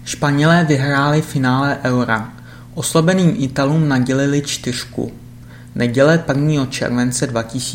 Španělé vyhráli finále Eura. Oslabeným Italům nadělili 4. Neděle 1. července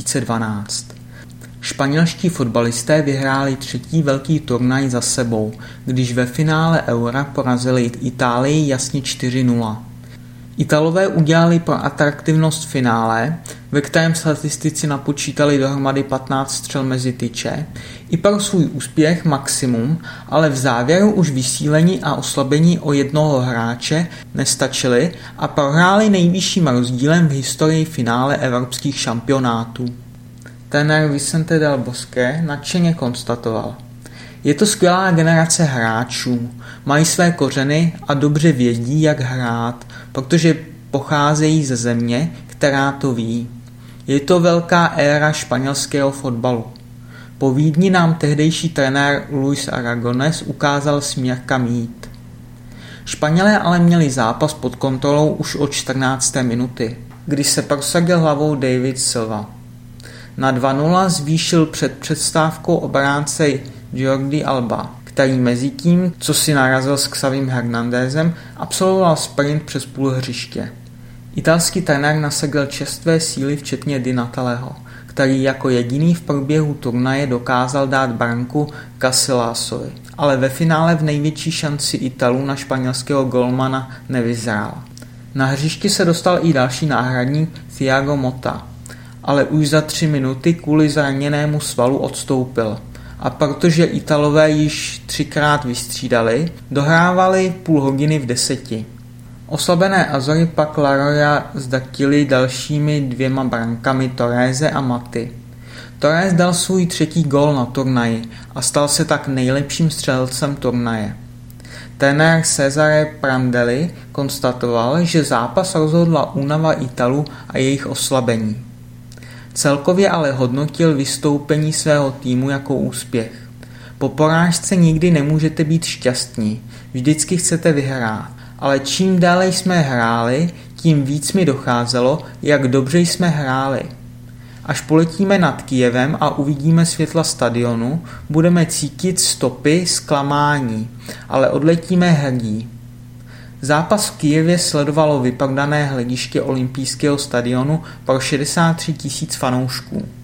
2012. Španělští fotbalisté vyhráli 3. velký turnaj za sebou, když ve finále Eura porazili Itálii jasně 4-0. Italové udělali pro atraktivnost finále, ve kterém statistici napočítali dohromady 15 střel mezi tyče, i pro svůj úspěch maximum, ale v závěru už vysílení a oslabení o jednoho hráče nestačili a prohráli nejvyšším rozdílem v historii finále evropských šampionátů. Trenér Vicente del Bosque nadšeně konstatoval: je to skvělá generace hráčů, mají své kořeny a dobře vědí, jak hrát, protože pocházejí ze země, která to ví. Je to velká éra španělského fotbalu. Po Vídni nám tehdejší trenér Luis Aragonés ukázal směr, kam jít. Španělé ale měli zápas pod kontrolou už od 14. minuty, kdy se prosadil hlavou David Silva. Na 2-0 zvýšil před přestávkou obránce Jordi Alba, který mezitím, co si narazil s Xavím Hernándezem, absolvoval sprint přes půl hřiště. Italský trenér nasadil čerstvé síly včetně Di Nataleho, který jako jediný v průběhu turnaje dokázal dát branku Casillásovi, ale ve finále v největší šanci Italů na španělského golmana nevyzrál. Na hřiště se dostal i další náhradník Thiago Motta, ale už za 3 minuty kvůli zraněnému svalu odstoupil. A protože Italové již 3krát vystřídali, dohrávali půl hodiny v 10. Oslabené Azory pak La Roya zdatili dalšími 2 brankami Torrese a Maty. Torres dal svůj 3. gól na turnaji a stal se tak nejlepším střelcem turnaje. Trenér Cesare Prandelli konstatoval, že zápas rozhodla únava Italů a jejich oslabení. Celkově ale hodnotil vystoupení svého týmu jako úspěch. Po porážce nikdy nemůžete být šťastní, vždycky chcete vyhrát, ale čím dále jsme hráli, tím víc mi docházelo, jak dobře jsme hráli. Až poletíme nad Kyjevem a uvidíme světla stadionu, budeme cítit stopy zklamání, ale odletíme hrdí. Zápas v Kyjevě sledovalo vyprodané hlediště olympijského stadionu pro 63 000 fanoušků.